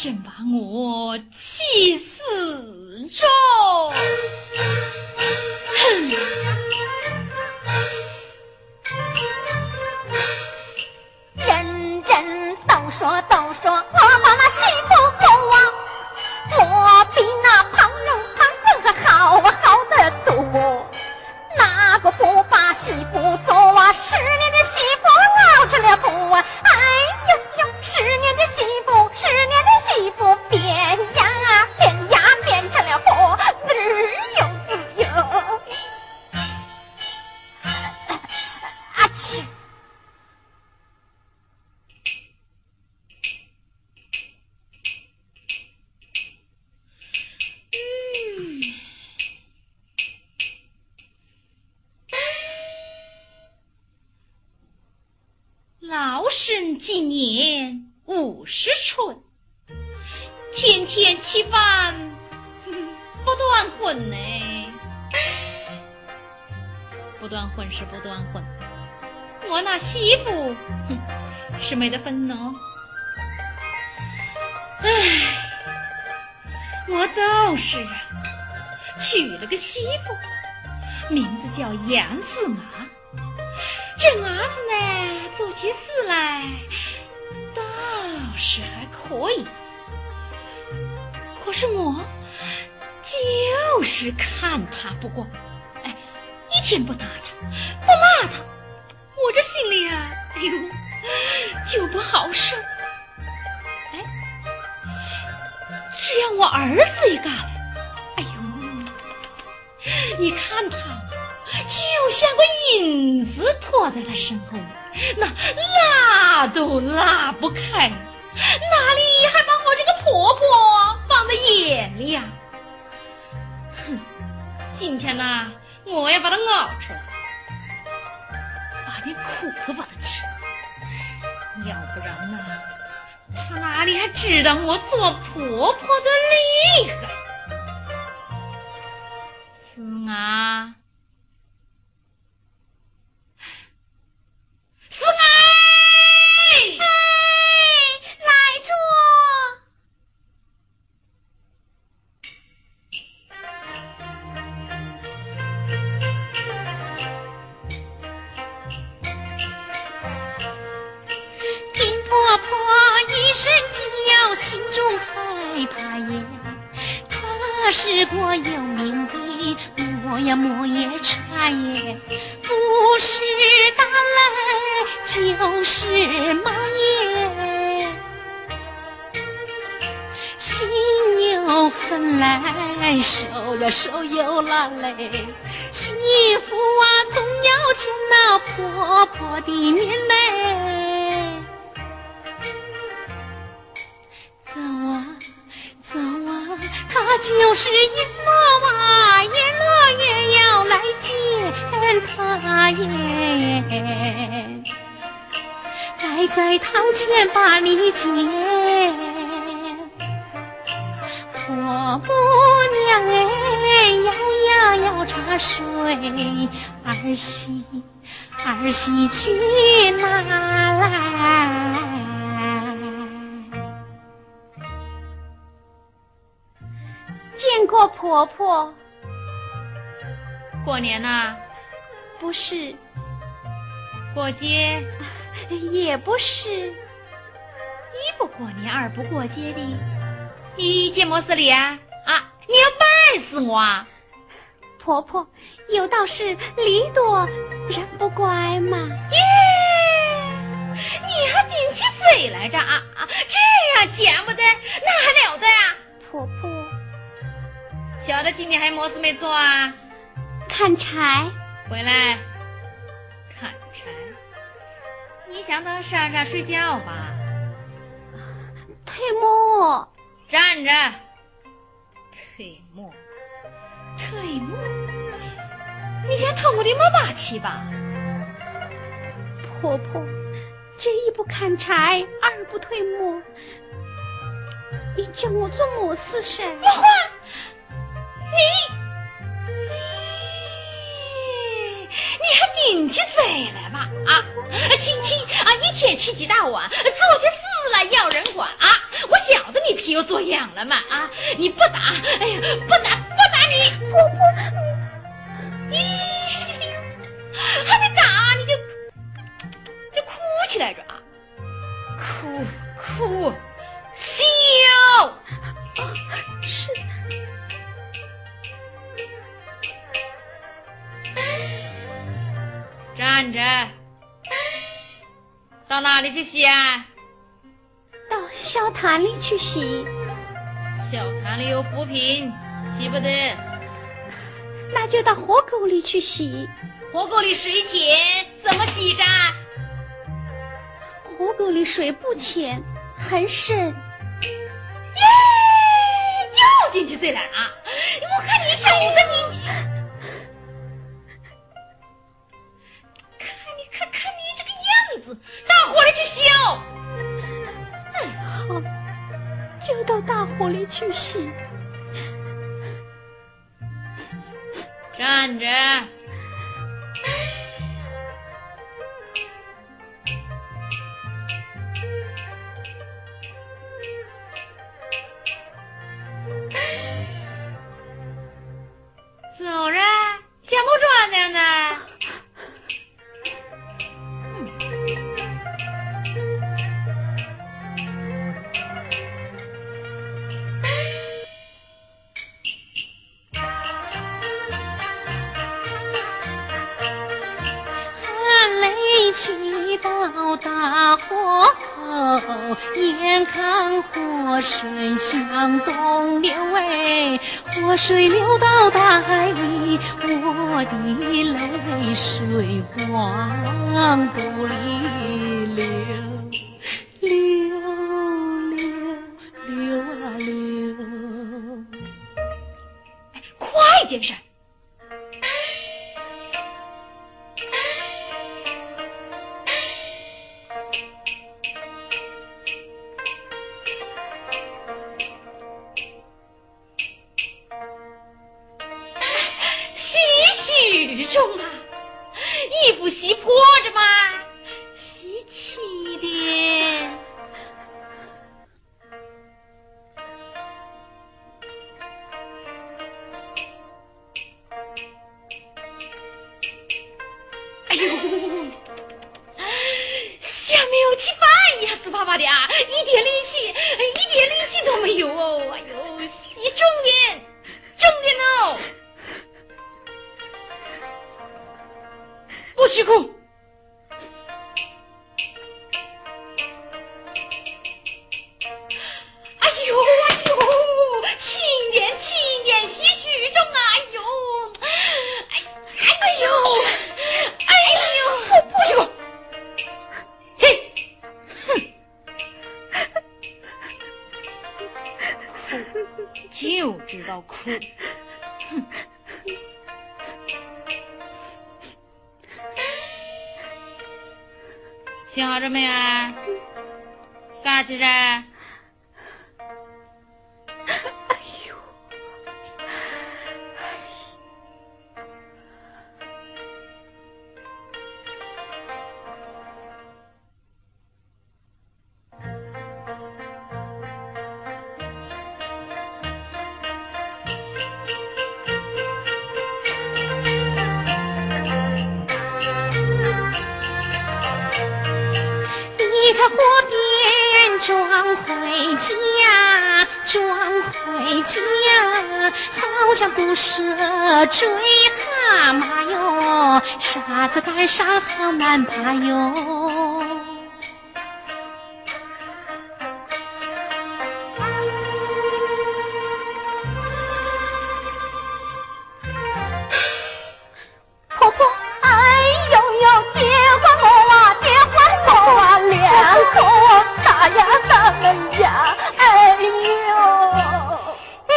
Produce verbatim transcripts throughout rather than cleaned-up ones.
真把我气死着！哼！ 人人都说都说我把那媳妇狗啊，我比那旁人旁人还好啊好得多。哪个不把媳妇做啊？十年的媳妇熬成了婆啊！哎呦呦，十年的媳妇，十年的媳妇变呀变呀变成了婆，滋呦滋呦。啊去！ 老身今年五十春，天天吃饭不断荤呢。不断荤是不断荤，我那媳妇哼是没得分哦。唉，我倒是啊，娶了个媳妇，名字叫杨四马。这伢子呢，做起事来倒是还可以，可是我就是看他不惯，哎，一天不打他，不骂他，我这心里啊，哎呦，就不好受。哎，只要我儿子一干来，哎呦，你看他就像个影子拖在他身后，那拉都拉不开，哪里还把我这个婆婆放在眼里呀、啊？哼，今天呢，我要把他熬出来，把这苦头把他吃，要不然呢，他哪里还知道我做婆婆的厉害？是啊。四妹， 哎，来着。听婆婆一声叫，心中害怕耶。她是国有名的磨呀磨也茶耶，不是打来就是骂耶，心有恨来，手呀手有辣嘞，媳妇啊总要见那婆婆的面嘞。走啊走啊，他就是阎罗啊，阎罗也要来见他耶，来在堂前把你见。婆婆娘哎，要呀要茶水，儿媳儿媳去拿来。见过婆婆。 过年呐？ 不是。 过节？ 也不是。 一不过年，二不过节的，你见么事理啊？啊，你要拜死我啊？ 婆婆，有道是礼多人不怪嘛。 耶，你还顶起嘴来着啊啊！这样见不得，那还了得啊？ 婆婆， 晓得今天还有么事没做啊？ 砍柴。 回来砍柴。你想到山上睡觉吧？ 退磨。 站着。退磨。退磨。你想偷我的么把气吧？ 婆婆，这一不砍柴，二不退磨，你叫我做么事噻？ 么话？你你还顶起嘴来吧？啊，亲戚啊，一天吃几大碗，做起事来要人管啊！ 我晓得你皮又做痒了嘛啊！你不打，哎呀，不打不打你， 婆婆， 咦，还没打你就就哭起来着啊！哭哭笑， 是。 站着，到哪里去洗啊？ 到小潭里去洗。 小潭里有浮萍，洗不得。 那就到河沟里去洗。 河沟里水浅，怎么洗噻？ 河沟里水不浅，很深。 耶，又惦记这来啊！我看你小子你。看看你这个样子，大火里去洗哦！ 哎，好，就到大火里去洗。 站着，走着，想不转的呢？ 起到大火口，眼看火水向东流，哎，火水流到大海里，我的泪水往肚里流，流流流啊流。 哎，快点噻！中啊，衣服洗破着嘛，洗起一点。哎呦，像没有吃饭一样死巴巴的啊，一点力气，一点力气都没有哦。哎呦，洗重点，重点哦。不许哭！哎呦哎呦，轻点轻点，洗许重啊！哎呦，哎哎呦，哎呦，不不许哭！起，哼，哭就知道哭，哼。洗好着没啊？干起噻！ 哎呦，离开河边装回家，装回家，好像不舍追蛤蟆哟，沙子杆上好难爬哟。婆婆，哎呦呦，爹还我啊，爹还我啊，两口大呀大门呀，哎呦， 哎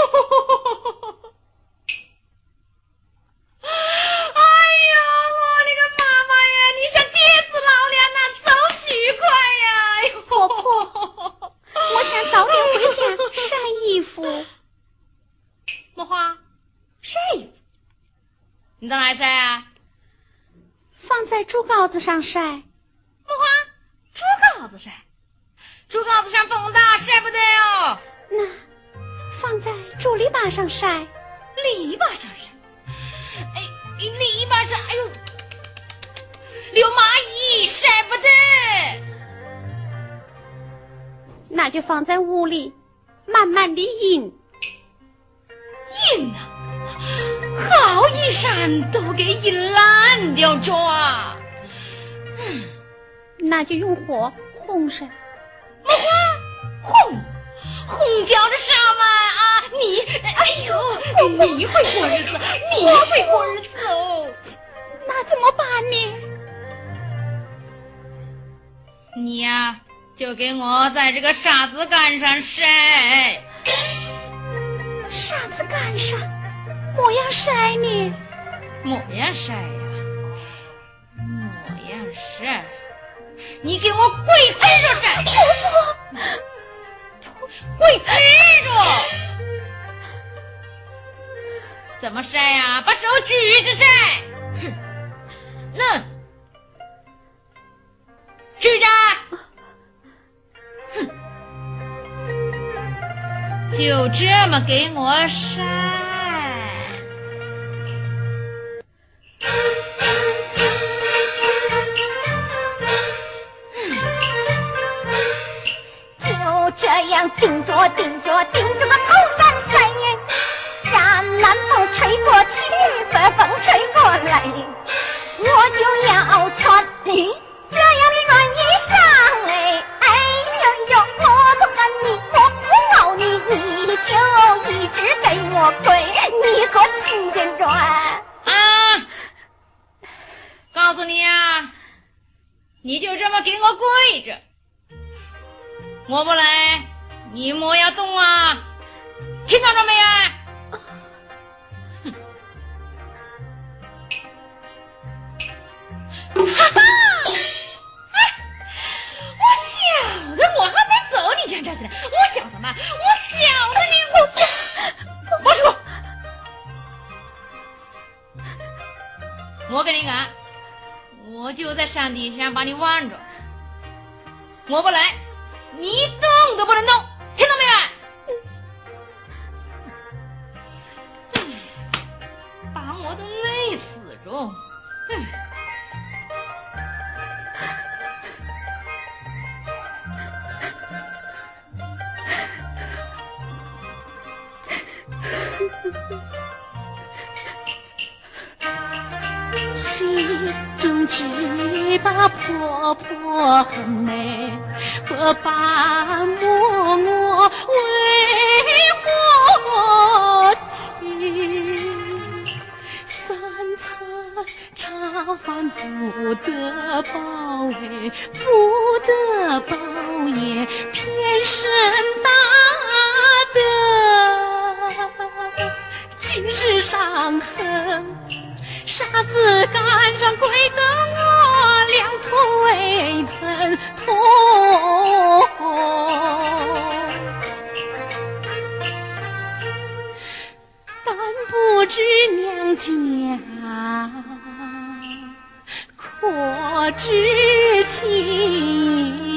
呦，我的个妈妈呀！你想爹死老脸呐，走许快呀！哎呦， 婆婆，我想早点回家晒衣服。 木花，晒衣服？你到哪里晒啊？ 放在竹篙子上晒。 木花，竹篙子晒， 竹杠子上风大，晒不得哦。 那放在竹篱笆上晒。 篱笆上晒？哎，篱笆上，哎呦，留蚂蚁，晒不得。 那就放在屋里，慢慢地阴。 阴啊！好一山都给阴烂掉着啊！ 那就用火烘上。 么花烘烘叫着啥嘛啊？你哎呦，你会过日子，你会过日子哦。 那怎么办呢？ 你呀、啊，就给我在这个沙子杆上晒。 沙子杆上，么样晒呢？ 么样晒呀？么样晒？你给我跪直着晒！ 婆婆， 跪直着！怎么晒呀？把手举着晒！哼，那举着！哼，就这么给我晒。 就这样顶着顶着顶着个头山晒，让南风吹过去，北风吹过来，我就要穿你这样的软衣裳哎，哎呦呦，我不喊你，我不闹你，你就一直给我跪，你给我听见转啊！告诉你啊，你就这么给我跪着，我不来，你莫要动啊！听到了没啊？哼！哈哈！哎，我晓得我还没走，你就站起来，我晓得嘛，我晓得你，我我说，我跟你讲，我就在山底下把你挽着，我不来。你动都不能动，听到没有？嗯，把我都累死着。嗯， 心中只把婆婆恨美，不把嬷嬷为何情？三餐茶饭不得饱哎，不得饱也偏生大德，今世伤痕。沙子杆上跪得我两腿疼痛，但不知娘家可知情。